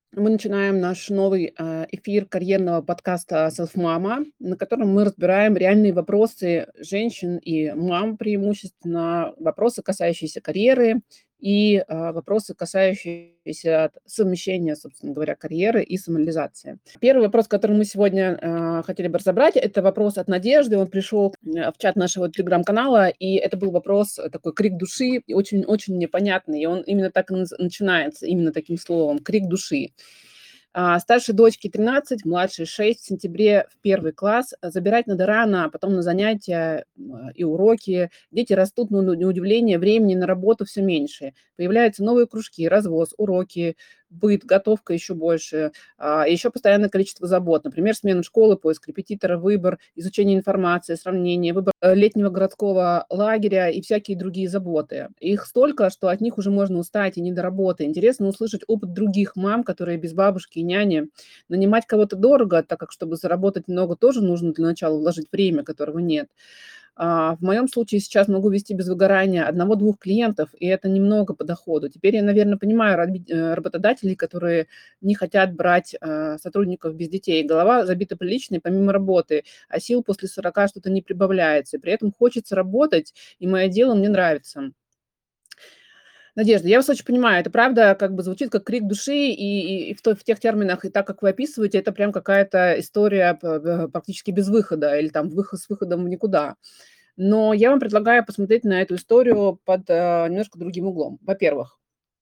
Мы начинаем наш новый эфир карьерного подкаста «Селфмама», на котором мы разбираем реальные вопросы женщин и мам преимущественно, вопросы, касающиеся карьеры и вопросы, касающиеся совмещения, собственно говоря, карьеры и самореализации. Первый вопрос, который мы сегодня хотели бы разобрать, это вопрос от Надежды. Он пришел в чат нашего телеграм-канала, и это был вопрос, такой крик души, и очень-очень непонятный. И он именно так и начинается, именно таким словом, крик души. Старшей дочке 13, младшей 6, в сентябре в первый класс. Забирать надо рано, а потом на занятия и уроки. Дети растут, но на удивление, времени на работу все меньше. Появляются новые кружки, развоз, уроки, быт, готовка еще больше. И еще постоянное количество забот. Например, смена школы, поиск репетитора, выбор, изучение информации, сравнение, выбор летнего городского лагеря и всякие другие заботы. Их столько, что от них уже можно устать и не до работы. Интересно услышать опыт других мам, которые без бабушки и няни. Нанимать кого-то дорого, так как, чтобы заработать много, тоже нужно для начала вложить время, которого нет. В моем случае сейчас могу вести без выгорания одного-двух клиентов, и это немного по доходу. Теперь я, наверное, понимаю работодателей, которые не хотят брать сотрудников без детей. Голова забита приличной помимо работы, а сил после 40 что-то не прибавляется. И при этом хочется работать, и мое дело мне нравится. Надежда, я вас очень понимаю, это правда как бы звучит как крик души, и в тех терминах, и так, как вы описываете, это прям какая-то история практически без выхода или там с выходом в никуда. Но я вам предлагаю посмотреть на эту историю под немножко другим углом. Во-первых,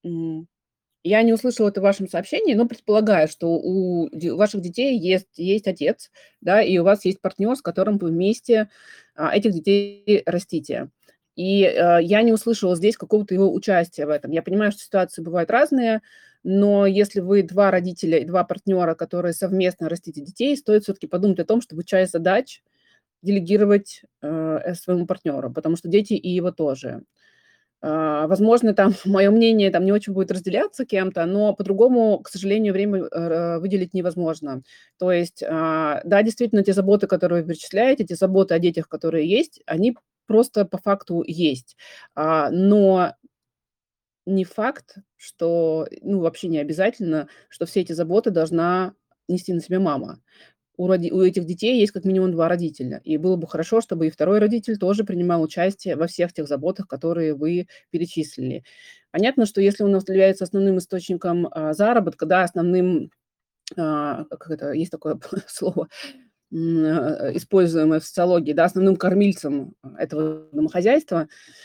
я не услышала это в вашем сообщении, но предполагаю, что у ваших детей есть отец, да, и у вас есть партнер, с которым вы вместе этих детей растите. И я не услышала здесь какого-то его участия в этом. Я понимаю, что ситуации бывают разные, но если вы два родителя и два партнера, которые совместно растите детей, стоит все-таки подумать о том, чтобы часть задач делегировать своему партнеру, потому что дети и его тоже. Возможно, там мое мнение там не очень будет разделяться кем-то, но по-другому, к сожалению, время выделить невозможно. То есть, да, действительно, те заботы, которые вы перечисляете, те заботы о детях, которые есть, они просто по факту есть. Но не факт, что, ну, вообще не обязательно, что все эти заботы должна нести на себе мама. У этих детей есть как минимум 2 родителя, и было бы хорошо, чтобы и второй родитель тоже принимал участие во всех тех заботах, которые вы перечислили. Понятно, что если он является основным источником, заработка, да, основным, как это, есть такое слово, используемое в социологии, да, основным кормильцем этого домохозяйства,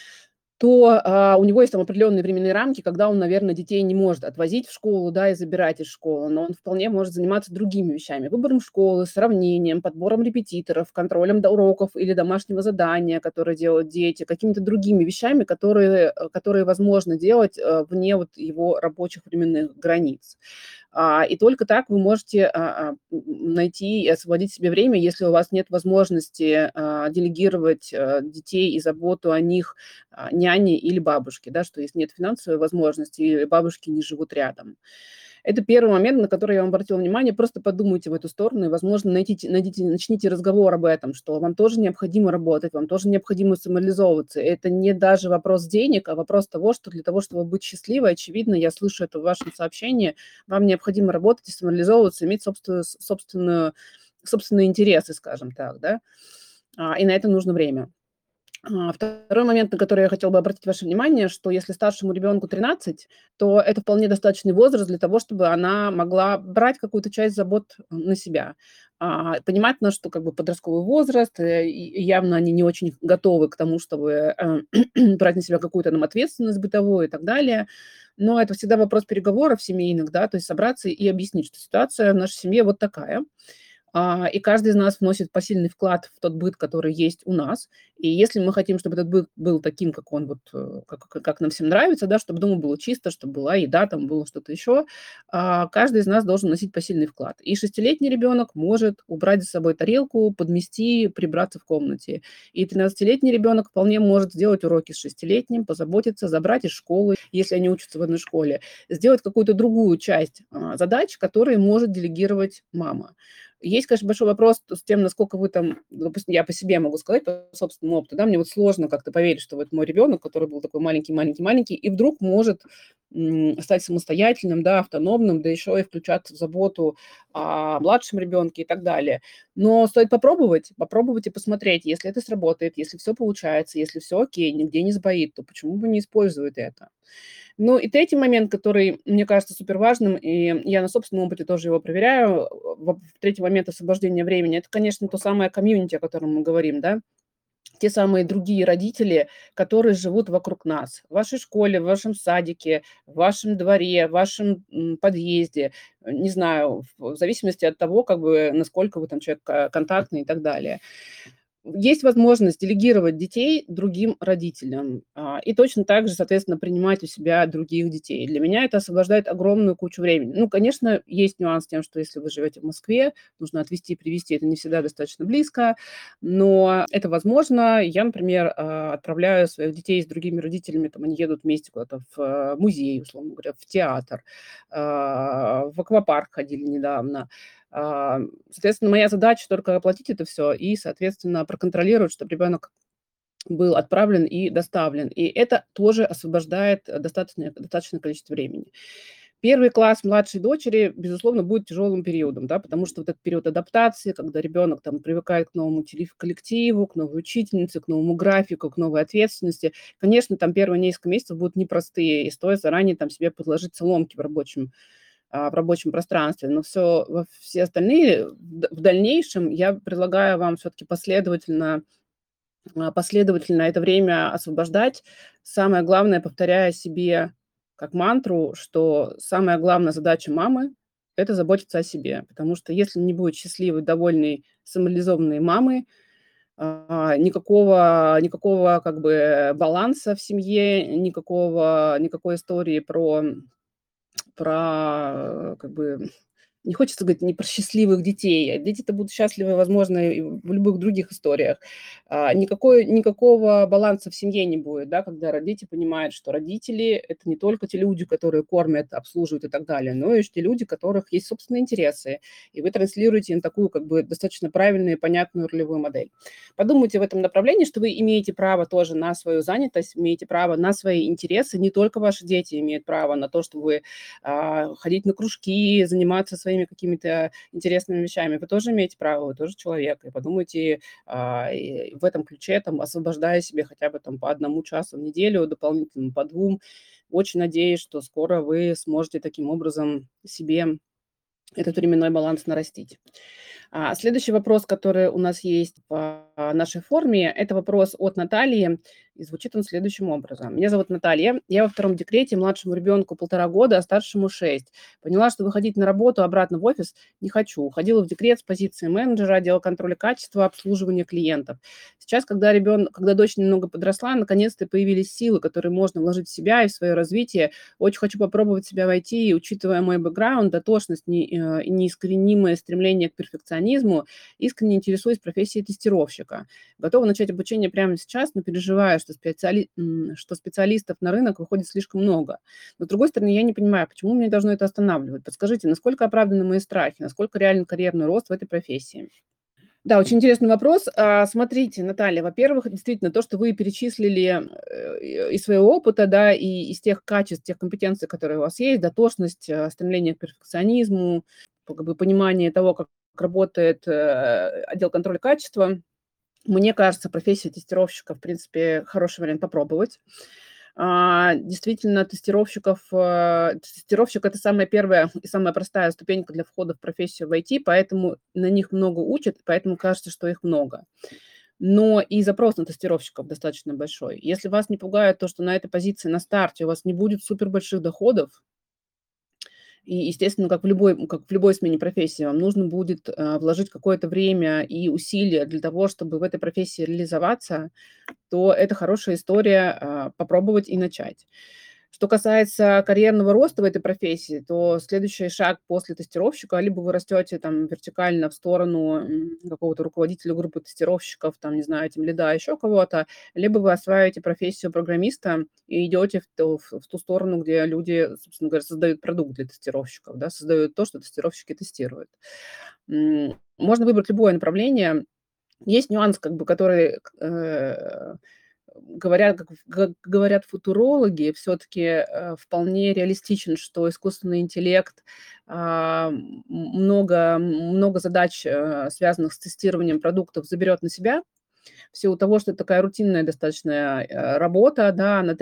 то, у него есть там определенные временные рамки, когда он, наверное, детей не может отвозить в школу, да, и забирать из школы, но он вполне может заниматься другими вещами: выбором школы, сравнением, подбором репетиторов, контролем уроков или домашнего задания, которое делают дети, какими-то другими вещами, которые возможно делать, вне вот его рабочих временных границ. И только так вы можете найти и освободить себе время, если у вас нет возможности делегировать детей и заботу о них няне или бабушке, да, что если нет финансовой возможности или бабушки не живут рядом. Это первый момент, на который я вам обратила внимание. Просто подумайте в эту сторону и, возможно, начните разговор об этом, что вам тоже необходимо работать, вам тоже необходимо самореализовываться. Это не даже вопрос денег, а вопрос того, что для того, чтобы быть счастливой, очевидно, я слышу это в вашем сообщении, вам необходимо работать и самореализовываться, иметь собственные интересы, скажем так, да, и на это нужно время. Второй момент, на который я хотела бы обратить ваше внимание, что если старшему ребенку 13, то это вполне достаточный возраст для того, чтобы она могла брать какую-то часть забот на себя. Понятно, что как бы подростковый возраст, и явно они не очень готовы к тому, чтобы брать на себя какую-то там ответственность бытовую и так далее. Но это всегда вопрос переговоров семейных, да, то есть собраться и объяснить, что ситуация в нашей семье вот такая. И каждый из нас вносит посильный вклад в тот быт, который есть у нас. И если мы хотим, чтобы этот быт был таким, как он вот, как нам всем нравится, да, чтобы дома было чисто, чтобы была еда, там было что-то еще, каждый из нас должен носить посильный вклад. И шестилетний ребенок может убрать за собой тарелку, подмести, прибраться в комнате. И 13-летний ребенок вполне может сделать уроки с шестилетним, позаботиться, забрать из школы, если они учатся в одной школе, сделать какую-то другую часть задач, которые может делегировать мама. Есть, конечно, большой вопрос с тем, насколько вы там, допустим, я по себе могу сказать, по собственному опыту, да, мне вот сложно как-то поверить, что вот мой ребенок, который был такой маленький-маленький-маленький, и вдруг может стать самостоятельным, да, автономным, да еще и включаться в заботу о младшем ребенке и так далее. Но стоит попробовать и посмотреть, если это сработает, если все получается, если все окей, нигде не сбоит, то почему бы не использовать это? Ну и третий момент, который мне кажется супер важным, и я на собственном опыте тоже его проверяю, третий момент освобождения времени, это, конечно, то самое комьюнити, о котором мы говорим, да. Те самые другие родители, которые живут вокруг нас. В вашей школе, в вашем садике, в вашем дворе, в вашем, подъезде. Не знаю, в зависимости от того, как бы, насколько вы там человек, контактный и так далее. Есть возможность делегировать детей другим родителям, и точно так же, соответственно, принимать у себя других детей. Для меня это освобождает огромную кучу времени. Ну, конечно, есть нюанс с тем, что если вы живете в Москве, нужно отвезти и привезти, это не всегда достаточно близко, но это возможно. Я, например, отправляю своих детей с другими родителями, там они едут вместе куда-то в музей, условно говоря, в театр, в аквапарк ходили недавно. А, Соответственно, моя задача только оплатить это все и, соответственно, проконтролировать, чтобы ребенок был отправлен и доставлен. И это тоже освобождает достаточное количество времени. Первый класс младшей дочери, безусловно, будет тяжелым периодом, да, потому что вот этот период адаптации, когда ребенок там привыкает к новому коллективу, к новой учительнице, к новому графику, к новой ответственности. Конечно, там первые несколько месяцев будут непростые, и стоит заранее там себе подложить соломки в рабочем пространстве. Но все остальные в дальнейшем я предлагаю вам все-таки последовательно это время освобождать. Самое главное, повторяя себе как мантру, что самая главная задача мамы – это заботиться о себе. Потому что если не будет счастливой, довольной, самореализованной мамы, никакого как бы баланса в семье, никакой истории про как бы не хочется говорить не про счастливых детей. Дети-то будут счастливы, возможно, и в любых других историях. Никакого баланса в семье не будет, да, когда дети понимают, что родители – это не только те люди, которые кормят, обслуживают и так далее, но и те люди, у которых есть собственные интересы. И вы транслируете им такую как бы достаточно правильную и понятную ролевую модель. Подумайте в этом направлении, что вы имеете право тоже на свою занятость, имеете право на свои интересы. Не только ваши дети имеют право на то, чтобы вы ходить на кружки, заниматься своими какими-то интересными вещами. Вы тоже имеете право, вы тоже человек. И подумайте и в этом ключе, там, освобождая себе хотя бы там по 1 часу в неделю, дополнительно по 2. Очень надеюсь, что скоро вы сможете таким образом себе этот временной баланс нарастить. Следующий вопрос, который у нас есть в нашей форме, это вопрос от Натальи, и звучит он следующим образом. Меня зовут Наталья, я во втором декрете, младшему ребенку 1,5 года, а старшему 6. Поняла, что выходить на работу обратно в офис не хочу. Уходила в декрет с позиции менеджера, отдела контроля качества, обслуживания клиентов. Сейчас, когда дочь немного подросла, наконец-то появились силы, которые можно вложить в себя и в свое развитие. Очень хочу попробовать себя в IT, и, учитывая мой бэкграунд, дотошность и неискоренимое стремление к перфекционизму, искренне интересуюсь профессией тестировщика. Готова начать обучение прямо сейчас, но переживаю, что специалистов на рынок выходит слишком много. Но, с другой стороны, я не понимаю, почему меня должно это останавливать. Подскажите, насколько оправданы мои страхи, насколько реален карьерный рост в этой профессии? Да, очень интересный вопрос. Смотрите, Наталья, во-первых, действительно, то, что вы перечислили из своего опыта, да, и из тех качеств, тех компетенций, которые у вас есть, дотошность, стремление к перфекционизму, как бы понимание того, как работает отдел контроля качества. Мне кажется, профессия тестировщика, в принципе, хороший вариант попробовать. Действительно, тестировщик – это самая первая и самая простая ступенька для входа в профессию в IT, поэтому на них много учат, поэтому кажется, что их много. Но и запрос на тестировщиков достаточно большой. Если вас не пугает то, что на этой позиции на старте у вас не будет супер больших доходов, и, естественно, как в любой смене профессии, вам нужно будет вложить какое-то время и усилия для того, чтобы в этой профессии реализоваться, то это хорошая история попробовать и начать. Что касается карьерного роста в этой профессии, то следующий шаг после тестировщика: либо вы растете там вертикально в сторону какого-то руководителя группы тестировщиков, там, не знаю, тимлида, еще кого-то, либо вы осваиваете профессию программиста и идете в ту сторону, где люди, собственно говоря, создают продукт для тестировщиков, да, создают то, что тестировщики тестируют. Можно выбрать любое направление. Есть нюанс, как бы, который, говорят футурологи, все-таки вполне реалистичен, что искусственный интеллект много задач, связанных с тестированием продуктов, заберет на себя. В силу того, что это такая рутинная достаточно работа, да, она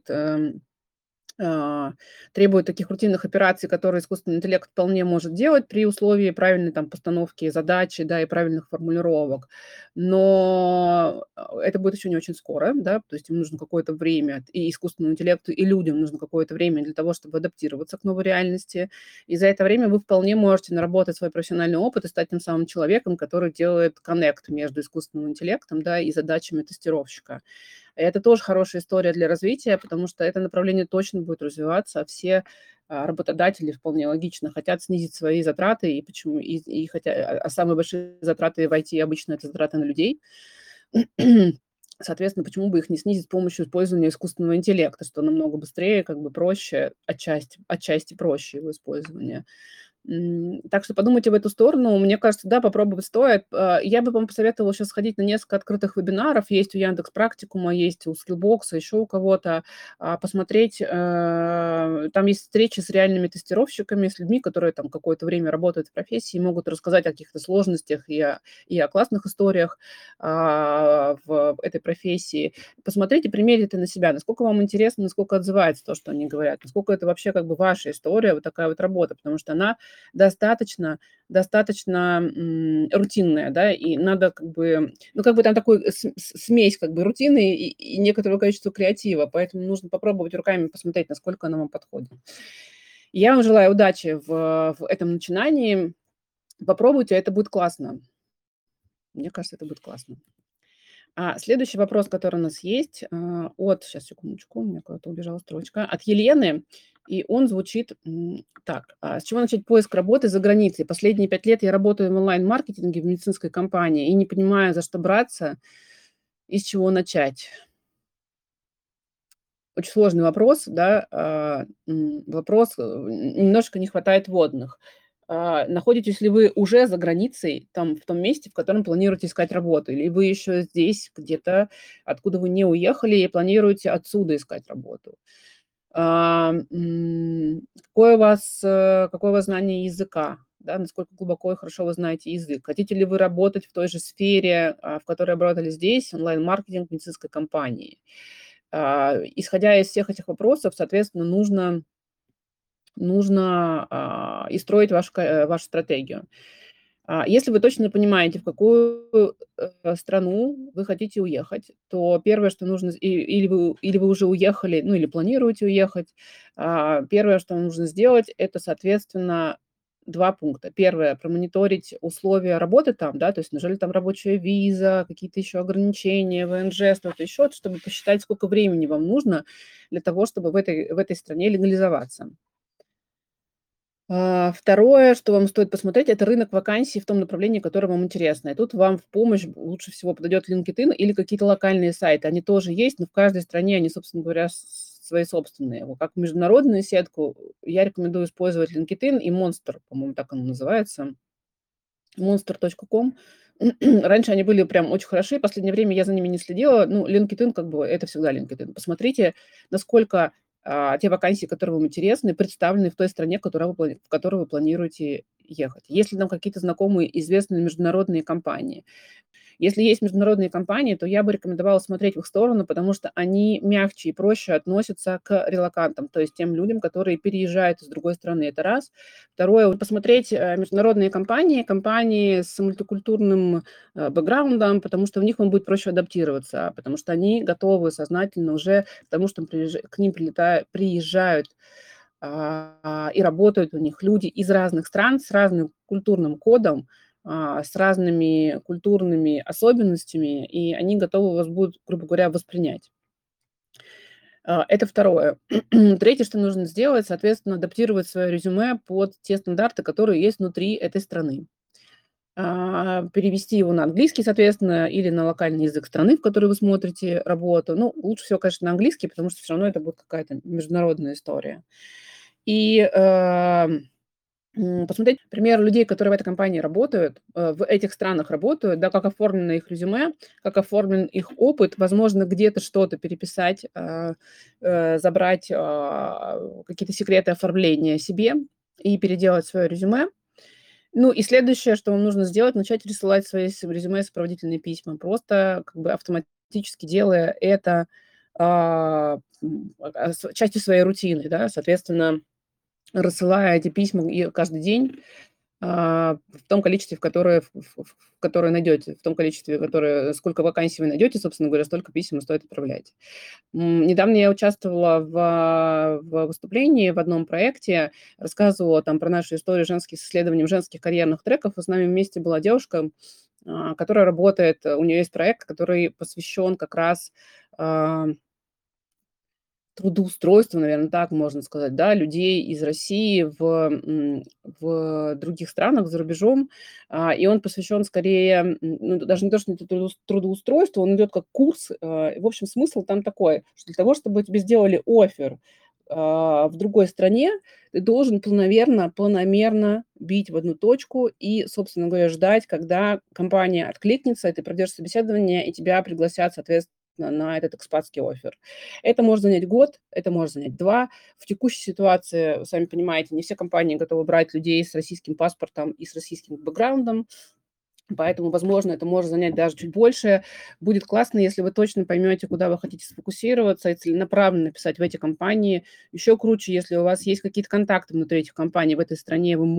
а, требует таких рутинных операций, которые искусственный интеллект вполне может делать при условии правильной там постановки задачи, да, и правильных формулировок. Но это будет еще не очень скоро, да, то есть им нужно какое-то время, и искусственному интеллекту, и людям нужно какое-то время для того, чтобы адаптироваться к новой реальности. И за это время вы вполне можете наработать свой профессиональный опыт и стать тем самым человеком, который делает коннект между искусственным интеллектом, да, и задачами тестировщика. Это тоже хорошая история для развития, потому что это направление точно будет развиваться. Все работодатели вполне логично хотят снизить свои затраты, и почему и хотя, самые большие затраты в IT обычно это затраты на людей. Соответственно, почему бы их не снизить с помощью использования искусственного интеллекта, что намного быстрее, как бы проще, отчасти проще его использование. Так что подумайте в эту сторону. Мне кажется, да, попробовать стоит. Я бы вам посоветовала сейчас сходить на несколько открытых вебинаров. Есть у Яндекс Практикума, есть у Skillbox, еще у кого-то. Посмотреть, там есть встречи с реальными тестировщиками, с людьми, которые там какое-то время работают в профессии, могут рассказать о каких-то сложностях и о классных историях в этой профессии. Посмотрите, примерьте это на себя, насколько вам интересно, насколько отзывается то, что они говорят, насколько это вообще как бы ваша история, вот такая вот работа, потому что она достаточно рутинная, да, и надо как бы, ну, как бы там такой смесь как бы рутины и некоторого количества креатива, поэтому нужно попробовать руками посмотреть, насколько она вам подходит. Я вам желаю удачи в этом начинании. Попробуйте, это будет классно. Мне кажется, это будет классно. Следующий вопрос, который у нас есть, сейчас, секундочку, у меня куда-то убежала строчка, от Елены, и он звучит так. С чего начать поиск работы за границей? Последние 5 лет я работаю в онлайн-маркетинге в медицинской компании и не понимаю, за что браться и с чего начать. Очень сложный вопрос, да, вопрос, немножко не хватает водных. Находитесь ли вы уже за границей, там, в том месте, в котором планируете искать работу, или вы еще здесь где-то, откуда вы не уехали, и планируете отсюда искать работу? Какое у вас знание языка, да, насколько глубоко и хорошо вы знаете язык? Хотите ли вы работать в той же сфере, в которой работали здесь, онлайн-маркетинг медицинской компании? Исходя из всех этих вопросов, соответственно, нужно и строить вашу стратегию. Если вы точно понимаете, в какую страну вы хотите уехать, то первое, что нужно, или вы уже уехали, ну или планируете уехать, первое, что нужно сделать, это, соответственно, два пункта. Первое, промониторить условия работы там, да, то есть неужели там рабочая виза, какие-то еще ограничения, ВНЖ, что-то еще, чтобы посчитать, сколько времени вам нужно для того, чтобы в этой стране легализоваться. Второе, что вам стоит посмотреть, это рынок вакансий в том направлении, которое вам интересно. И тут вам в помощь лучше всего подойдет LinkedIn или какие-то локальные сайты. Они тоже есть, но в каждой стране они, собственно говоря, свои собственные. Вот как международную сетку я рекомендую использовать LinkedIn и Monster, по-моему, так он называется, monster.com. Раньше они были прям очень хороши, в последнее время я за ними не следила. Ну, LinkedIn, как бы, это всегда LinkedIn. Посмотрите, насколько те вакансии, которые вам интересны, представлены в той стране, в которую вы планируете ехать. Если там какие-то знакомые известные международные компании, если есть международные компании, то я бы рекомендовала смотреть в их сторону, потому что они мягче и проще относятся к релокантам, то есть тем людям, которые переезжают из другой страны. Это раз. Второе, вот посмотреть международные компании с мультикультурным бэкграундом, потому что в них вам будет проще адаптироваться, потому что они готовы сознательно уже, потому что к ним приезжают и работают у них люди из разных стран с разным культурным кодом, с разными культурными особенностями, и они готовы вас будут, грубо говоря, воспринять. Это второе. Третье, что нужно сделать, соответственно, адаптировать свое резюме под те стандарты, которые есть внутри этой страны. Перевести его на английский, соответственно, или на локальный язык страны, в которой вы смотрите работу. Ну, лучше всего, конечно, на английский, потому что все равно это будет какая-то международная история. И Посмотреть пример людей, которые в этой компании работают, в этих странах работают, да, как оформлено их резюме, как оформлен их опыт, возможно, где-то что-то переписать, забрать, какие-то секреты оформления себе и переделать свое резюме. Ну и следующее, что вам нужно сделать, начать присылать свои резюме сопроводительные письма, просто как бы автоматически делая это, частью своей рутины, да. Соответственно, рассылая эти письма и каждый день, в том количестве, в которое найдете, в том количестве, которое сколько вакансий вы найдете, собственно говоря, столько писем и стоит отправлять. Недавно я участвовала в выступлении в одном проекте, рассказывала там про нашу историю женских с исследованием женских карьерных треков. И с нами вместе была девушка, которая работает, у нее есть проект, который посвящен как раз, а трудоустройство, наверное, так можно сказать, да, людей из России в других странах, за рубежом. И он посвящен скорее, ну, даже не то, что трудоустройству, он идет как курс. В общем, смысл там такой, что для того, чтобы тебе сделали оффер, в другой стране, ты должен планомерно бить в одну точку и, собственно говоря, ждать, когда компания откликнется, и ты пройдешь собеседование, и тебя пригласят, соответственно, на этот экспатский оффер. Это может занять год, это может занять 2. В текущей ситуации, вы сами понимаете, не все компании готовы брать людей с российским паспортом и с российским бэкграундом. Поэтому, возможно, это может занять даже чуть больше. Будет классно, если вы точно поймете, куда вы хотите сфокусироваться, и целенаправленно писать в эти компании. Еще круче, если у вас есть какие-то контакты внутри этих компаний в этой стране, вы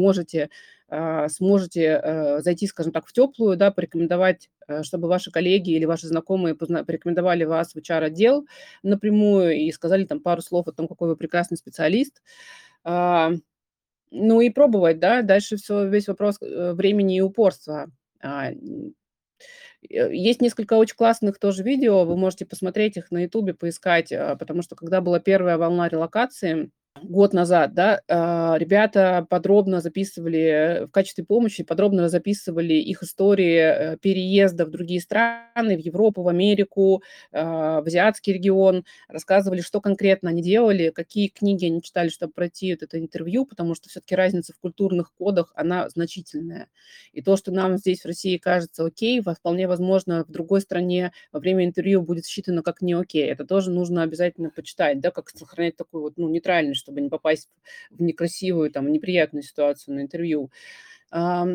сможете зайти, скажем так, в теплую, да, порекомендовать, чтобы ваши коллеги или ваши знакомые порекомендовали вас в HR-отдел напрямую и сказали там пару слов о том, какой вы прекрасный специалист. А, ну и пробовать, да. Дальше весь вопрос, времени и упорства. А, м, Есть несколько очень классных тоже видео, вы можете посмотреть их на "Ютубе", поискать, потому что когда была первая волна релокации год назад, да, ребята подробно записывали, в качестве помощи подробно записывали их истории, переезда в другие страны, в Европу, в Америку, в азиатский регион. Рассказывали, что конкретно они делали, какие книги они читали, чтобы пройти вот это интервью, потому что все-таки разница в культурных кодах, она значительная. И то, что нам здесь в России кажется окей, вполне возможно, в другой стране во время интервью будет считано как не окей. Это тоже нужно обязательно почитать, да, как сохранять такую вот, ну, нейтральность, чтобы не попасть в некрасивую, там, неприятную ситуацию на интервью. Ам,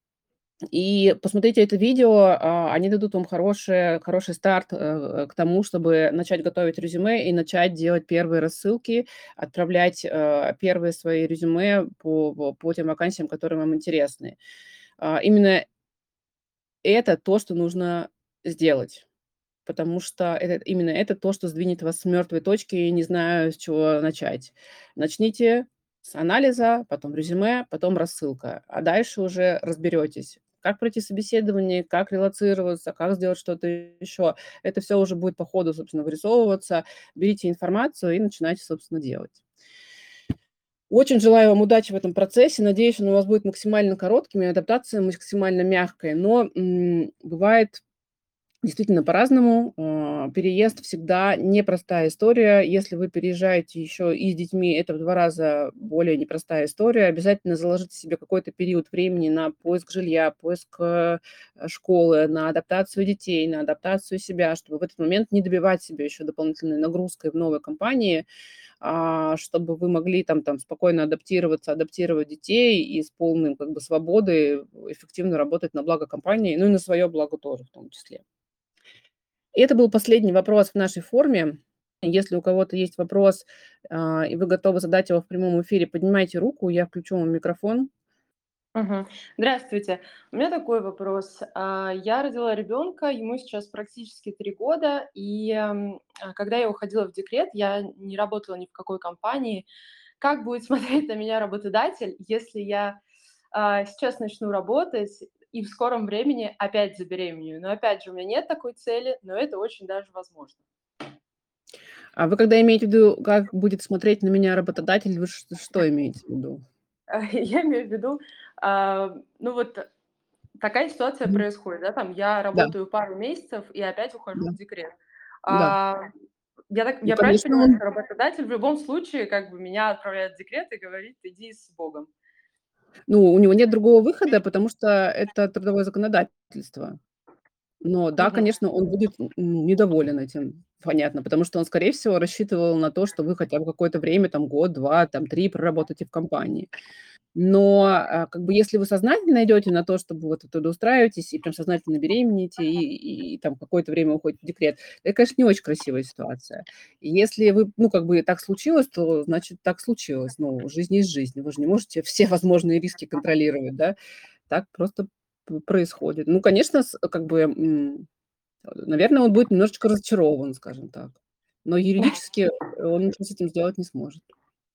и посмотрите это видео, они дадут вам хороший старт, к тому, чтобы начать готовить резюме и начать делать первые рассылки, отправлять, первые свои резюме по тем вакансиям, которые вам интересны. Именно это то, что нужно сделать, потому что именно это то, что сдвинет вас с мертвой точки, и не знаю, с чего начать. Начните с анализа, потом резюме, потом рассылка, а дальше уже разберетесь, как пройти собеседование, как релоцироваться, как сделать что-то еще. Это все уже будет по ходу, собственно, вырисовываться. Берите информацию и начинайте, собственно, делать. Очень желаю вам удачи в этом процессе. Надеюсь, он у вас будет максимально коротким и адаптация максимально мягкая. Но, бывает действительно по-разному. Переезд всегда непростая история. Если вы переезжаете еще и с детьми, это в 2 раза более непростая история. Обязательно заложите себе какой-то период времени на поиск жилья, поиск, школы, на адаптацию детей, на адаптацию себя, чтобы в этот момент не добивать себя еще дополнительной нагрузкой в новой компании, чтобы вы могли там спокойно адаптироваться, адаптировать детей и с полным как бы свободой эффективно работать на благо компании, ну и на свое благо тоже в том числе. И это был последний вопрос в нашей форме. Если у кого-то есть вопрос, и вы готовы задать его в прямом эфире, поднимайте руку, я включу вам микрофон. Мгм. Здравствуйте. У меня такой вопрос. Я родила ребенка, ему сейчас практически 3 года, и когда я уходила в декрет, я не работала ни в какой компании. Как будет смотреть на меня работодатель, если я сейчас начну работать и в скором времени опять забеременею? Но опять же, у меня нет такой цели, но это очень даже возможно. А вы когда имеете в виду, как будет смотреть на меня работодатель, вы что имеете в виду? Я имею в виду, ну вот такая ситуация Мгм. происходит, да, там я Да, работаю пару месяцев и опять ухожу да, в декрет. да. А, Ну, я правильно конечно, понимаю, он что работодатель в любом случае как бы меня отправляет в декрет и говорит: "Иди с Богом"? Ну, у него нет другого выхода, потому что это трудовое законодательство. Но да, Мгм. конечно, он будет, недоволен этим. Понятно, потому что он, скорее всего, рассчитывал на то, что вы хотя бы какое-то время, там год, 2, там 3 проработаете в компании. Но, как бы если вы сознательно идете на то, чтобы вот вы трудоустраиваетесь и прям сознательно беременеете, и там какое-то время уходите в декрет, это, конечно, не очень красивая ситуация. И если вы, ну, как бы так случилось, то значит так случилось. Ну, жизнь есть жизнь. Вы же не можете все возможные риски контролировать, да? Так просто происходит. Ну, конечно, как бы, наверное, он будет немножечко разочарован, скажем так. Но юридически он ничего с этим сделать не сможет.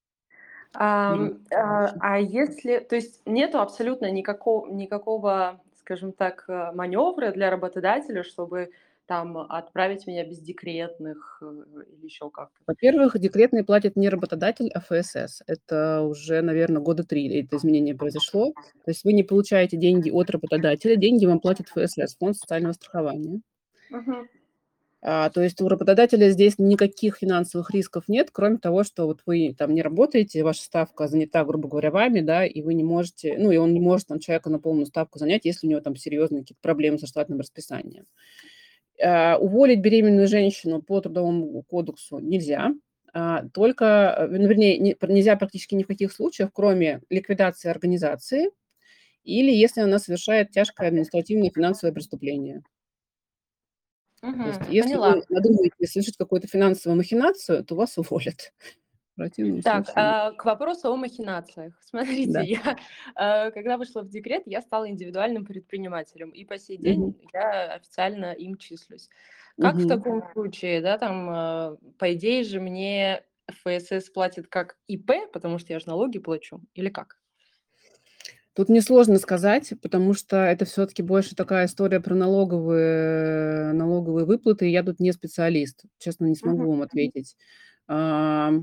Юридически. А если, то есть нету абсолютно никакого, скажем так, маневра для работодателя, чтобы там отправить меня без декретных, или еще как-то? Во-первых, декретные платит не работодатель, а ФСС. Это уже, наверное, года 3 это изменение произошло. То есть вы не получаете деньги от работодателя, деньги вам платит ФСС, Фонд социального страхования. Мгм. То есть у работодателя здесь никаких финансовых рисков нет, кроме того, что вот вы там не работаете, ваша ставка занята, грубо говоря, вами, да, и вы не можете, ну, и он не может там человека на полную ставку занять, если у него там серьезные какие-то проблемы со штатным расписанием. Уволить беременную женщину по Трудовому кодексу нельзя, только, ну, вернее, нельзя практически ни в каких случаях, кроме ликвидации организации или если она совершает тяжкое административное и финансовое преступление. То есть если Поняла. вы надумаете совершить какую-то финансовую махинацию, то вас уволят. В противном Так, случае к вопросу о махинациях. Смотрите, да. я, когда вышла в декрет, я стала индивидуальным предпринимателем, и по сей Мгм. день я официально им числюсь. Как в Мгм. таком случае, да, там, по идее же мне ФСС платит как ИП, потому что я же налоги плачу, или как? Тут несложно сказать, потому что это все-таки больше такая история про налоговые выплаты. Я тут не специалист, честно, не Мгм. смогу вам ответить. Ам,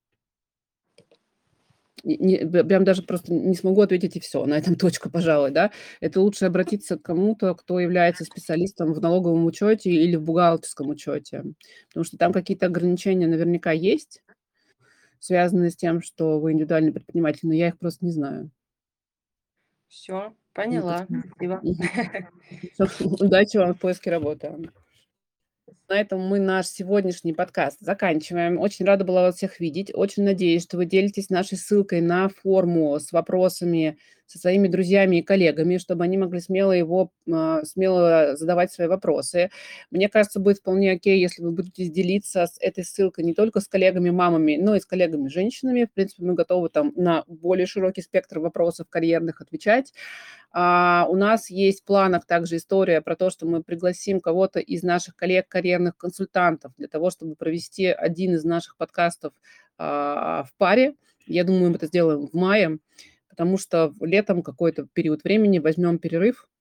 прям даже просто не смогу ответить и все. На этом точка, пожалуй, да. Это лучше обратиться к кому-то, кто является специалистом в налоговом учете или в бухгалтерском учете, потому что там какие-то ограничения наверняка есть, связанные с тем, что вы индивидуальный предприниматель, но я их просто не знаю. Все, Не поняла. подскажу. Спасибо. Мгм. Удачи вам в поиске работы. На этом мы наш сегодняшний подкаст заканчиваем. Очень рада была вас всех видеть. Очень надеюсь, что вы делитесь нашей ссылкой на форму с вопросами со своими друзьями и коллегами, чтобы они могли смело задавать свои вопросы. Мне кажется, будет вполне окей, если вы будете делиться с этой ссылкой не только с коллегами-мамами, но и с коллегами-женщинами. В принципе, мы готовы там на более широкий спектр вопросов карьерных отвечать. У нас есть в планах также история про то, что мы пригласим кого-то из наших коллег-карьерных консультантов для того, чтобы провести один из наших подкастов в паре. Я думаю, мы это сделаем в мае, потому что летом какой-то период времени возьмем перерыв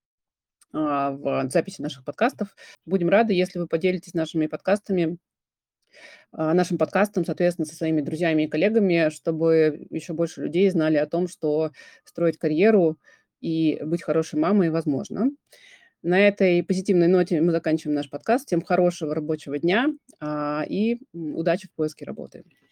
в записи наших подкастов. Будем рады, если вы поделитесь нашим подкастом, соответственно, со своими друзьями и коллегами, чтобы еще больше людей знали о том, что строить карьеру и быть хорошей мамой возможно. На этой позитивной ноте мы заканчиваем наш подкаст. Всем хорошего рабочего дня, и удачи в поиске работы.